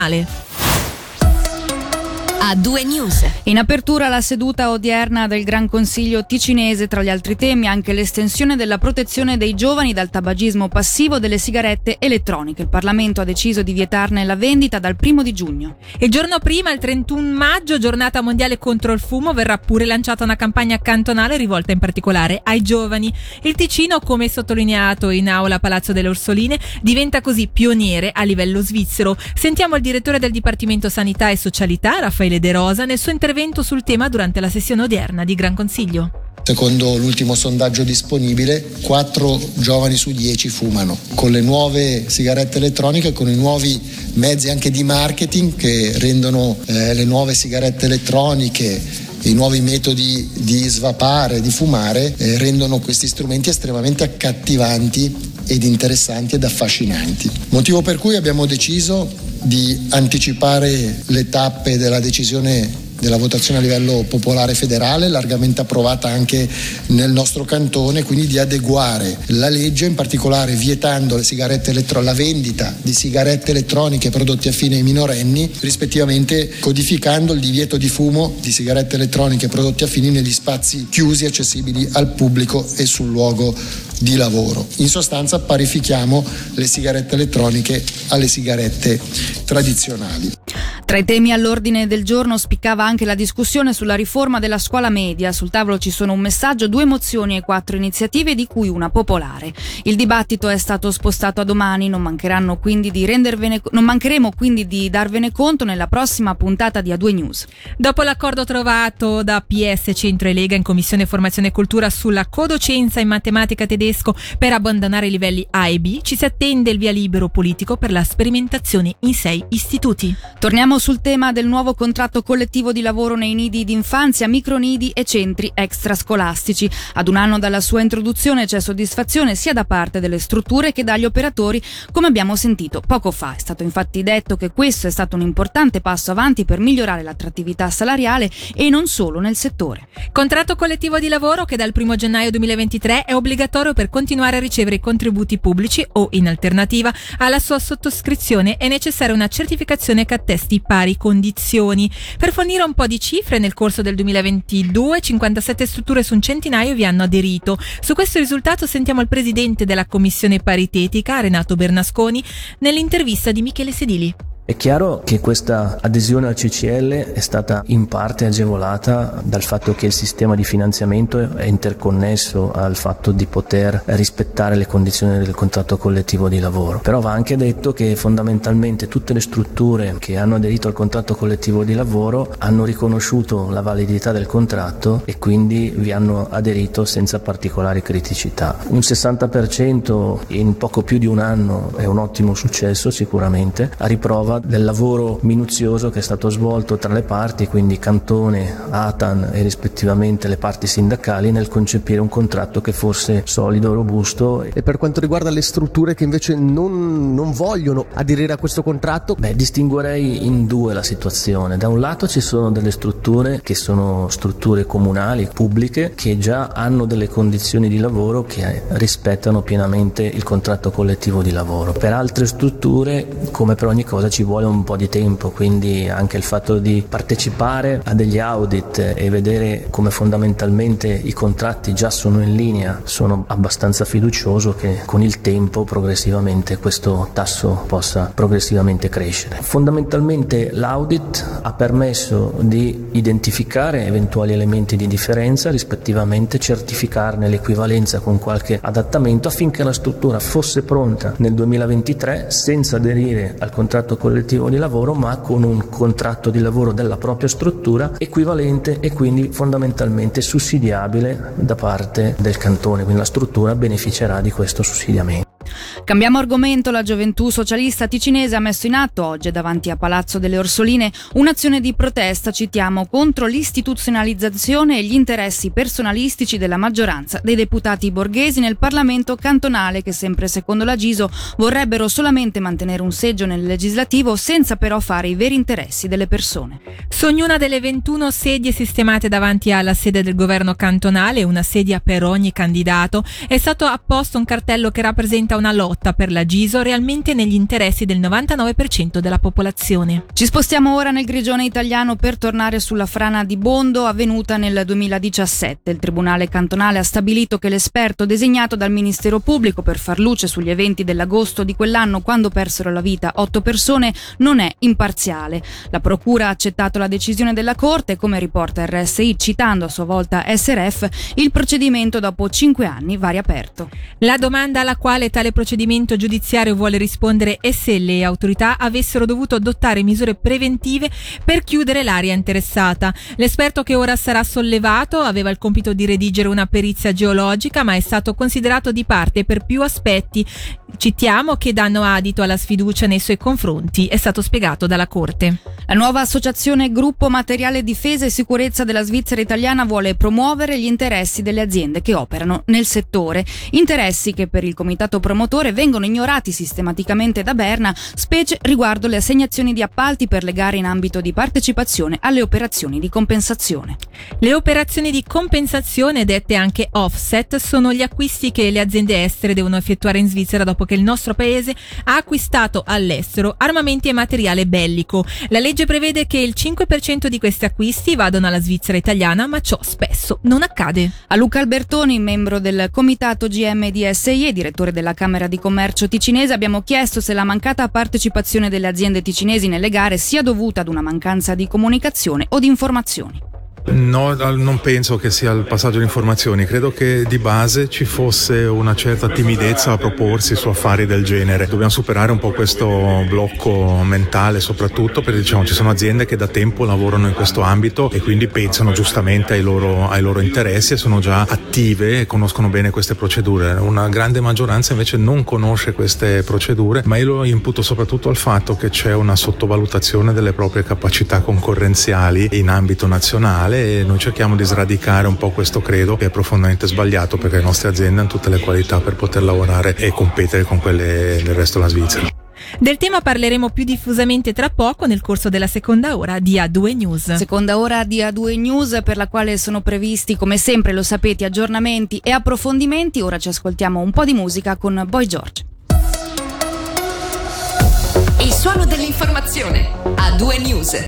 A2 News. In apertura la seduta odierna del Gran Consiglio ticinese, tra gli altri temi anche l'estensione della protezione dei giovani dal tabagismo passivo delle sigarette elettroniche. Il Parlamento ha deciso di vietarne la vendita dal 1 giugno. Il giorno prima, il 31 maggio, giornata mondiale contro il fumo, verrà pure lanciata una campagna cantonale rivolta in particolare ai giovani. Il Ticino, come sottolineato in aula a Palazzo delle Orsoline, diventa così pioniere a livello svizzero. Sentiamo il direttore del Dipartimento Sanità e Socialità, Raffaele De Rosa, nel suo intervento sul tema durante la sessione odierna di Gran Consiglio. Secondo l'ultimo sondaggio disponibile, 4 giovani su 10 fumano. Con le nuove sigarette elettroniche, con i nuovi mezzi anche di marketing che rendono le nuove sigarette elettroniche, i nuovi metodi di svapare, di fumare, rendono questi strumenti estremamente accattivanti ed interessanti ed affascinanti. Motivo per cui abbiamo deciso di anticipare le tappe della decisione della votazione a livello popolare federale, largamente approvata anche nel nostro cantone, quindi di adeguare la legge, in particolare vietando la vendita di sigarette elettroniche e prodotti affini ai minorenni, rispettivamente codificando il divieto di fumo di sigarette elettroniche e prodotti affini negli spazi chiusi accessibili al pubblico e sul luogo di lavoro. In sostanza parifichiamo le sigarette elettroniche alle sigarette tradizionali. Tra i temi all'ordine del giorno spiccava anche la discussione sulla riforma della scuola media. Sul tavolo ci sono un messaggio, 2 mozioni e 4 iniziative, di cui una popolare. Il dibattito è stato spostato a domani, non mancheremo quindi di darvene conto nella prossima puntata di A2 News. Dopo l'accordo trovato da PS, Centro e Lega in Commissione Formazione e Cultura sulla codocenza in matematica tedesco per abbandonare i livelli A e B, ci si attende il via libero politico per la sperimentazione in 6 istituti. Torniamo sul tema del nuovo contratto collettivo di lavoro nei nidi d'infanzia, micronidi e centri extrascolastici. Ad un anno dalla sua introduzione c'è soddisfazione sia da parte delle strutture che dagli operatori, come abbiamo sentito poco fa. È stato infatti detto che questo è stato un importante passo avanti per migliorare l'attrattività salariale e non solo nel settore. Contratto collettivo di lavoro che dal 1 gennaio 2023 è obbligatorio per continuare a ricevere i contributi pubblici o, in alternativa alla sua sottoscrizione, è necessaria una certificazione che attesti pari condizioni. Per fornire un po' di cifre, nel corso del 2022 57 strutture su un centinaio vi hanno aderito. Su questo risultato sentiamo il presidente della commissione paritetica, Renato Bernasconi, nell'intervista di Michele Sedili. È chiaro che questa adesione al CCL è stata in parte agevolata dal fatto che il sistema di finanziamento è interconnesso al fatto di poter rispettare le condizioni del contratto collettivo di lavoro. Però va anche detto che fondamentalmente tutte le strutture che hanno aderito al contratto collettivo di lavoro hanno riconosciuto la validità del contratto e quindi vi hanno aderito senza particolari criticità. Un 60% in poco più di un anno è un ottimo successo sicuramente, a riprova del lavoro minuzioso che è stato svolto tra le parti, quindi Cantone, ATAN e rispettivamente le parti sindacali, nel concepire un contratto che fosse solido, robusto. E per quanto riguarda le strutture che invece non vogliono aderire a questo contratto? Distinguerei in 2 la situazione. Da un lato ci sono delle strutture che sono strutture comunali, pubbliche, che già hanno delle condizioni di lavoro che rispettano pienamente il contratto collettivo di lavoro. Per altre strutture, come per ogni cosa, ci vuole un po' di tempo, quindi anche il fatto di partecipare a degli audit e vedere come fondamentalmente i contratti già sono in linea, sono abbastanza fiducioso che con il tempo progressivamente questo tasso possa progressivamente crescere. Fondamentalmente l'audit ha permesso di identificare eventuali elementi di differenza, rispettivamente certificarne l'equivalenza con qualche adattamento affinché la struttura fosse pronta nel 2023 senza aderire al contratto collettivo di lavoro, ma con un contratto di lavoro della propria struttura equivalente e quindi fondamentalmente sussidiabile da parte del cantone, quindi la struttura beneficerà di questo sussidiamento. Cambiamo argomento. La Gioventù Socialista Ticinese ha messo in atto oggi davanti a Palazzo delle Orsoline un'azione di protesta, citiamo, contro l'istituzionalizzazione e gli interessi personalistici della maggioranza dei deputati borghesi nel Parlamento cantonale, che sempre secondo la GISO vorrebbero solamente mantenere un seggio nel legislativo senza però fare i veri interessi delle persone. Su ognuna delle 21 sedie sistemate davanti alla sede del governo cantonale, una sedia per ogni candidato, è stato apposto un cartello che rappresenta una lotta lotta per la GISO realmente negli interessi del 99% della popolazione. Ci spostiamo ora nel Grigione italiano per tornare sulla frana di Bondo avvenuta nel 2017. Il Tribunale cantonale ha stabilito che l'esperto designato dal Ministero Pubblico per far luce sugli eventi dell'agosto di quell'anno, quando persero la vita 8 persone, non è imparziale. La Procura ha accettato la decisione della Corte, come riporta RSI citando a sua volta SRF, il procedimento dopo 5 anni va riaperto. La domanda alla quale tale procedimento giudiziario vuole rispondere è se le autorità avessero dovuto adottare misure preventive per chiudere l'area interessata. L'esperto che ora sarà sollevato aveva il compito di redigere una perizia geologica, ma è stato considerato di parte per più aspetti, citiamo, che danno adito alla sfiducia nei suoi confronti, è stato spiegato dalla Corte. La nuova associazione Gruppo Materiale Difesa e Sicurezza della Svizzera Italiana vuole promuovere gli interessi delle aziende che operano nel settore, interessi che per il comitato promotore vengono ignorati sistematicamente da Berna, specie riguardo le assegnazioni di appalti per le gare in ambito di partecipazione alle operazioni di compensazione. Le operazioni di compensazione, dette anche offset, sono gli acquisti che le aziende estere devono effettuare in Svizzera dopo che il nostro paese ha acquistato all'estero armamenti e materiale bellico. La legge prevede che il 5% di questi acquisti vadano alla Svizzera italiana, ma ciò spesso non accade. A Luca Albertoni, membro del comitato GM di SIE e direttore della Camera di Commercio ticinese, abbiamo chiesto se la mancata partecipazione delle aziende ticinesi nelle gare sia dovuta ad una mancanza di comunicazione o di informazioni. No, non penso che sia il passaggio di informazioni, credo che di base ci fosse una certa timidezza a proporsi su affari del genere. Dobbiamo superare un po' questo blocco mentale, soprattutto perché ci sono aziende che da tempo lavorano in questo ambito e quindi pensano giustamente ai loro interessi e sono già attive e conoscono bene queste procedure. Una grande maggioranza invece non conosce queste procedure, ma io lo imputo soprattutto al fatto che c'è una sottovalutazione delle proprie capacità concorrenziali in ambito nazionale. E noi cerchiamo di sradicare un po' questo credo che è profondamente sbagliato, perché le nostre aziende hanno tutte le qualità per poter lavorare e competere con quelle del resto della Svizzera. Del tema parleremo più diffusamente tra poco nel corso della seconda ora di A2 News. Seconda ora di A2 News, per la quale sono previsti, come sempre lo sapete, aggiornamenti e approfondimenti. Ora ci ascoltiamo un po' di musica con Boy George. Il suono dell'informazione. A2 News.